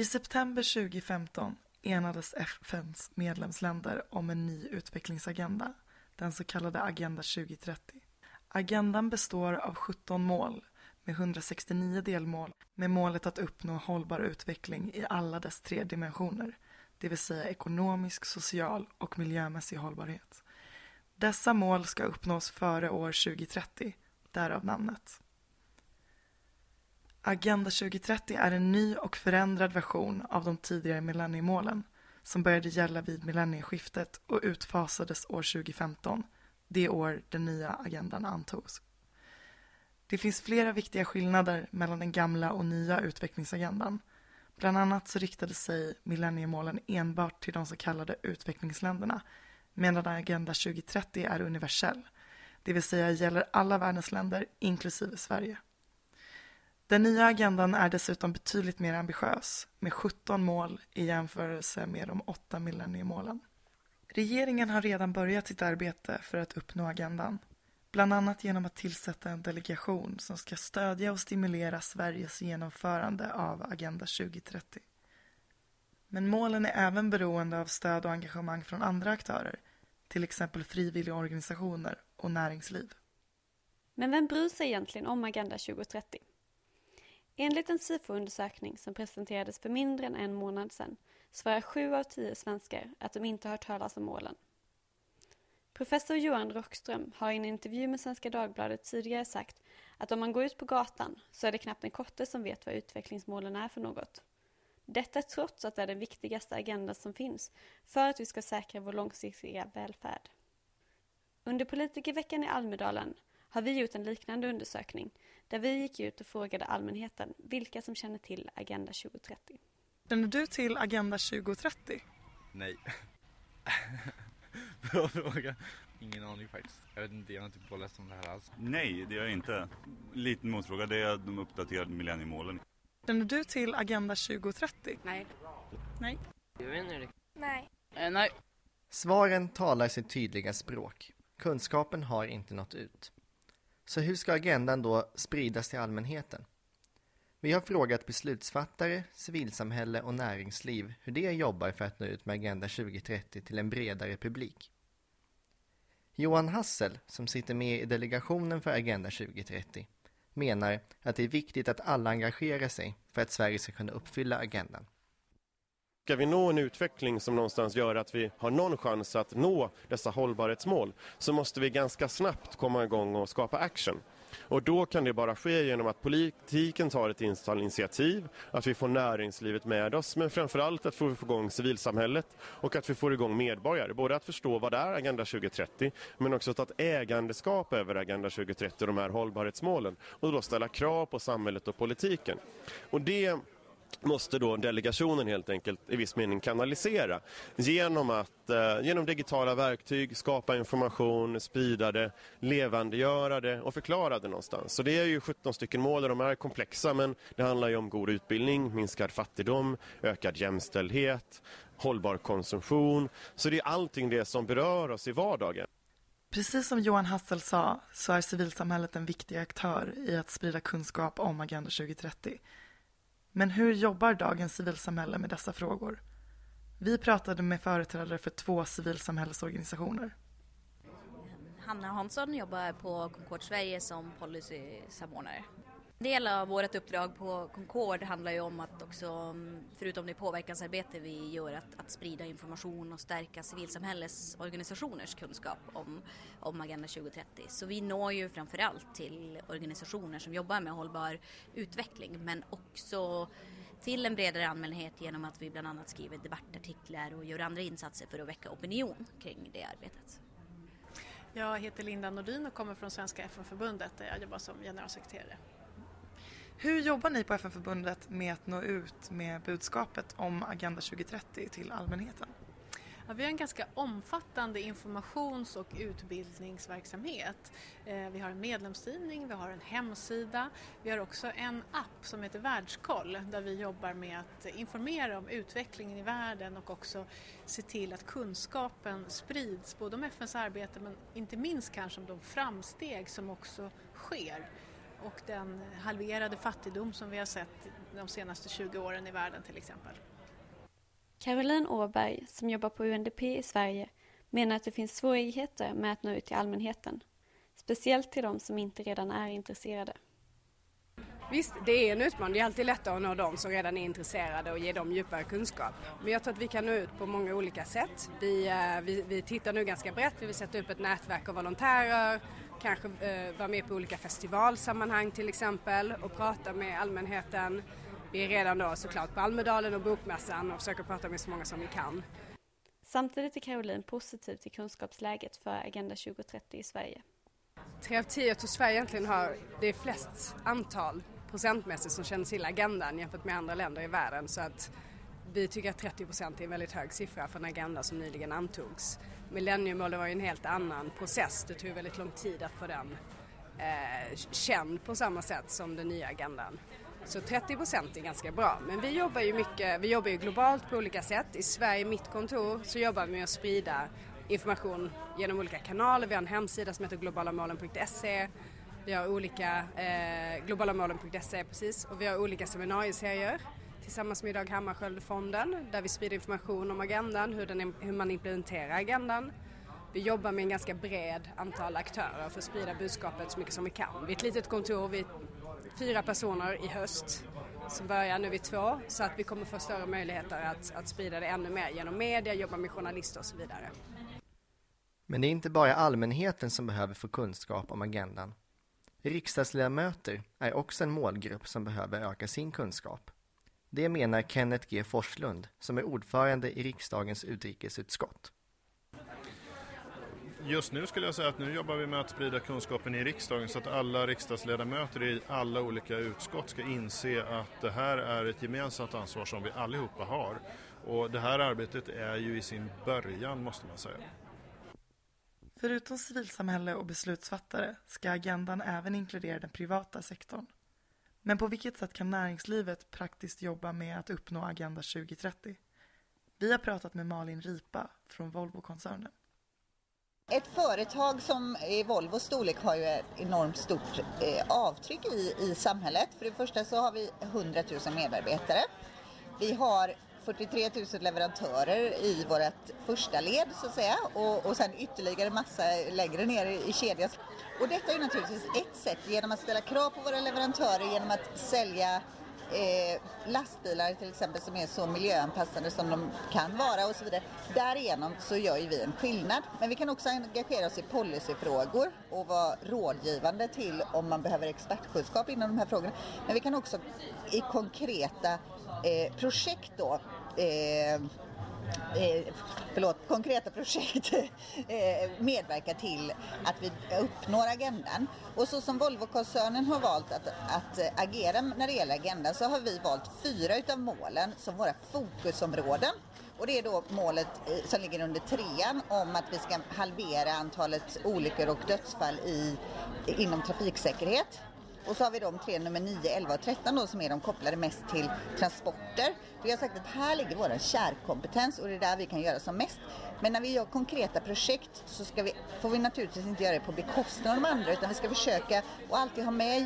I september 2015 enades FNs medlemsländer om en ny utvecklingsagenda, den så kallade Agenda 2030. Agendan består av 17 mål med 169 delmål med målet att uppnå hållbar utveckling i alla dess 3 dimensioner, det vill säga ekonomisk, social och miljömässig hållbarhet. Dessa mål ska uppnås före år 2030, därav namnet. Agenda 2030 är en ny och förändrad version av de tidigare millenniemålen som började gälla vid millennieskiftet och utfasades år 2015, det år den nya agendan antogs. Det finns flera viktiga skillnader mellan den gamla och nya utvecklingsagendan. Bland annat så riktade sig millenniemålen enbart till de så kallade utvecklingsländerna, medan Agenda 2030 är universell, det vill säga gäller alla världens länder inklusive Sverige. Den nya agendan är dessutom betydligt mer ambitiös, med 17 mål i jämförelse med de 8 millenniemålen. Regeringen har redan börjat sitt arbete för att uppnå agendan, bland annat genom att tillsätta en delegation som ska stödja och stimulera Sveriges genomförande av Agenda 2030. Men målen är även beroende av stöd och engagemang från andra aktörer, till exempel frivilliga organisationer och näringsliv. Men vem bryr sig egentligen om Agenda 2030? Enligt en SIFO-undersökning som presenterades för mindre än en månad sedan svarar 7 av 10 svenskar att de inte har hört talas om målen. Professor Johan Rockström har i en intervju med Svenska Dagbladet tidigare sagt att om man går ut på gatan så är det knappt en kotte som vet vad utvecklingsmålen är för något. Detta trots att det är den viktigaste agendan som finns för att vi ska säkra vår långsiktiga välfärd. Under politikerveckan i Almedalen har vi gjort en liknande undersökning där vi gick ut och frågade allmänheten vilka som känner till Agenda 2030. Känner du till Agenda 2030? Nej. Bra fråga. Ingen aning faktiskt. Jag vet inte, jag har inte påläst om det här alls. Nej, det gör jag inte. Liten motfråga, det är de uppdaterade millenniemålen. Känner du till Agenda 2030? Nej. Nej. Jag vet inte. Nej. Nej. Svaren talar sitt tydliga språk. Kunskapen har inte nått ut. Så hur ska agendan då spridas till allmänheten? Vi har frågat beslutsfattare, civilsamhälle och näringsliv hur de jobbar för att nå ut med Agenda 2030 till en bredare publik. Johan Hassel, som sitter med i delegationen för Agenda 2030, menar att det är viktigt att alla engagerar sig för att Sverige ska kunna uppfylla agendan. Ska vi nå en utveckling som någonstans gör att vi har någon chans att nå dessa hållbarhetsmål så måste vi ganska snabbt komma igång och skapa action. Och då kan det bara ske genom att politiken tar ett initiativ, att vi får näringslivet med oss, men framförallt att vi får igång civilsamhället och att vi får igång medborgare. Både att förstå vad det är Agenda 2030 men också att ta ett ägandeskap över Agenda 2030 och de här hållbarhetsmålen och då ställa krav på samhället och politiken. Och det måste då delegationen helt enkelt i viss mening kanalisera genom digitala verktyg skapa information, sprida det, levandegöra det och förklara det någonstans. Så det är ju 17 stycken mål, de är komplexa, men det handlar ju om god utbildning, minskad fattigdom, ökad jämställdhet, hållbar konsumtion. Så det är allting det som berör oss i vardagen. Precis som Johan Hassel sa så är civilsamhället en viktig aktör i att sprida kunskap om Agenda 2030. Men hur jobbar dagens civilsamhälle med dessa frågor? Vi pratade med företrädare för 2 civilsamhällesorganisationer. Hanna Hansson jobbar på Concord Sverige som policysamordnare. En del av vårt uppdrag på Concord handlar ju om att också, förutom det påverkansarbete vi gör, att sprida information och stärka civilsamhällets organisationers kunskap om Agenda 2030. Så vi når ju framförallt till organisationer som jobbar med hållbar utveckling, men också till en bredare allmänhet genom att vi bland annat skriver debattartiklar och gör andra insatser för att väcka opinion kring det arbetet. Jag heter Linda Nordin och kommer från Svenska FN-förbundet där jag jobbar som generalsekreterare. Hur jobbar ni på FN-förbundet med att nå ut med budskapet om Agenda 2030 till allmänheten? Ja, vi har en ganska omfattande informations- och utbildningsverksamhet. Vi har en medlemstidning, vi har en hemsida, vi har också en app som heter Världskoll där vi jobbar med att informera om utvecklingen i världen och också se till att kunskapen sprids både om FNs arbete men inte minst kanske om de framsteg som också sker. Och den halverade fattigdom som vi har sett de senaste 20 åren i världen till exempel. Caroline Åberg, som jobbar på UNDP i Sverige, menar att det finns svårigheter med att nå ut till allmänheten. Speciellt till de som inte redan är intresserade. Visst, det är en utmaning. Det är alltid lättare att nå de som redan är intresserade och ge dem djupare kunskap. Men jag tror att vi kan nå ut på många olika sätt. Vi tittar nu ganska brett. Vi vill sätta upp ett nätverk av volontärer, kanske vara med på olika festivalsammanhang till exempel och prata med allmänheten. Vi är redan då såklart på Almedalen och Bokmässan och försöker prata med så många som vi kan. Samtidigt är Caroline positiv till kunskapsläget för Agenda 2030 i Sverige. 3 av 10 tror Sverige egentligen har det flest antal procentmässigt som känner till agendan jämfört med andra länder i världen. Så att vi tycker att 30% är en väldigt hög siffra för en agenda som nyligen antogs. Millenniemålen var ju en helt annan process. Det tog väldigt lång tid att få den känd på samma sätt som den nya agendan. Så 30% är ganska bra. Men vi jobbar ju globalt på olika sätt. I Sverige, mitt kontor, så jobbar vi med att sprida information genom olika kanaler. Vi har en hemsida som heter globalamålen.se. Vi har olika globalamålen.se precis. Och vi har olika seminarieserier tillsammans med Dag Hammarskjöld-fonden där vi sprider information om agendan, hur man implementerar agendan. Vi jobbar med en ganska bred antal aktörer för att sprida budskapet så mycket som vi kan. Vi är ett litet kontor, vi är 4 personer i höst som börjar nu vid 2 så att vi kommer få större möjligheter att sprida det ännu mer genom media, jobba med journalister och så vidare. Men det är inte bara allmänheten som behöver få kunskap om agendan. Riksdagsledamöter är också en målgrupp som behöver öka sin kunskap. Det menar Kenneth G. Forslund som är ordförande i riksdagens utrikesutskott. Just nu skulle jag säga att nu jobbar vi med att sprida kunskapen i riksdagen så att alla riksdagsledamöter i alla olika utskott ska inse att det här är ett gemensamt ansvar som vi allihopa har. Och det här arbetet är ju i sin början måste man säga. Förutom civilsamhälle och beslutsfattare ska agendan även inkludera den privata sektorn. Men på vilket sätt kan näringslivet praktiskt jobba med att uppnå Agenda 2030? Vi har pratat med Malin Ripa från Volvo-koncernen. Ett företag som är Volvos storlek har ju ett enormt stort avtryck i samhället. För det första så har vi 100 000 medarbetare. Vi har 43 000 leverantörer i vårt första led så att säga och sen ytterligare massa längre ner i kedjan. Och detta är naturligtvis ett sätt genom att ställa krav på våra leverantörer genom att sälja lastbilar till exempel som är så miljöanpassade som de kan vara och så vidare. Därigenom så gör ju vi en skillnad. Men vi kan också engagera oss i policyfrågor och vara rådgivande till om man behöver expertkunskap inom de här frågorna. Men vi kan också i konkreta projekt då konkreta projekt medverka till att vi uppnår agendan. Och så som Volvo-koncernen har valt att agera när det gäller agendan så har vi valt 4 utav målen som våra fokusområden. Och det är då målet som ligger under 3:an om att vi ska halvera antalet olyckor och dödsfall inom trafiksäkerhet. Och så har vi de 3 nummer 9, 11 och 13 då, som är de kopplade mest till transporter. Vi har sagt att här ligger vår kärnkompetens och det är där vi kan göra som mest. Men när vi gör konkreta projekt så får vi naturligtvis inte göra det på bekostnad av de andra utan vi ska försöka och alltid ha med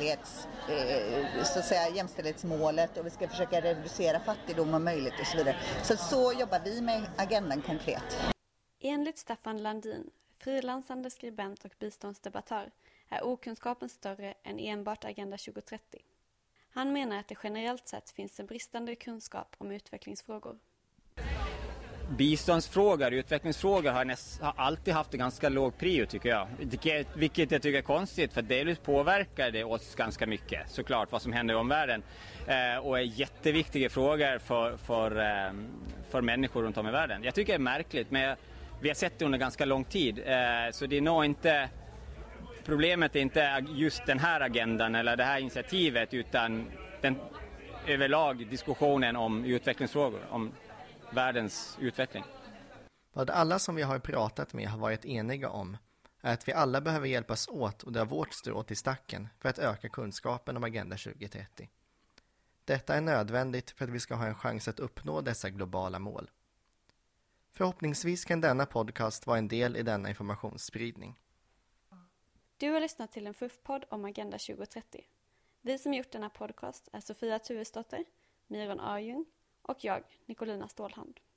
jämställdhetsmålet och vi ska försöka reducera fattigdom om möjligt och så vidare. Så jobbar vi med agendan konkret. Enligt Staffan Landin, frilansande skribent och biståndsdebattör, är okunskapen större än enbart Agenda 2030. Han menar att det generellt sett finns en bristande kunskap om utvecklingsfrågor. Biståndsfrågor, utvecklingsfrågor har alltid haft en ganska låg prio tycker jag. Vilket jag tycker är konstigt för delvis påverkar det oss ganska mycket såklart vad som händer i omvärlden. Och är jätteviktiga frågor för människor runt om i världen. Jag tycker det är märkligt men vi har sett det under ganska lång tid. Så det är nog inte... Problemet är inte just den här agendan eller det här initiativet utan den överlag diskussionen om utvecklingsfrågor, om världens utveckling. Vad alla som vi har pratat med har varit eniga om är att vi alla behöver hjälpas åt och dra vårt strå till stacken för att öka kunskapen om Agenda 2030. Detta är nödvändigt för att vi ska ha en chans att uppnå dessa globala mål. Förhoppningsvis kan denna podcast vara en del i denna informationsspridning. Du har lyssnat till en FUF-podd om Agenda 2030. Vi som gjort denna podcast är Sofia Turesdotter, Myron Arjung och jag, Nicolina Stålhand.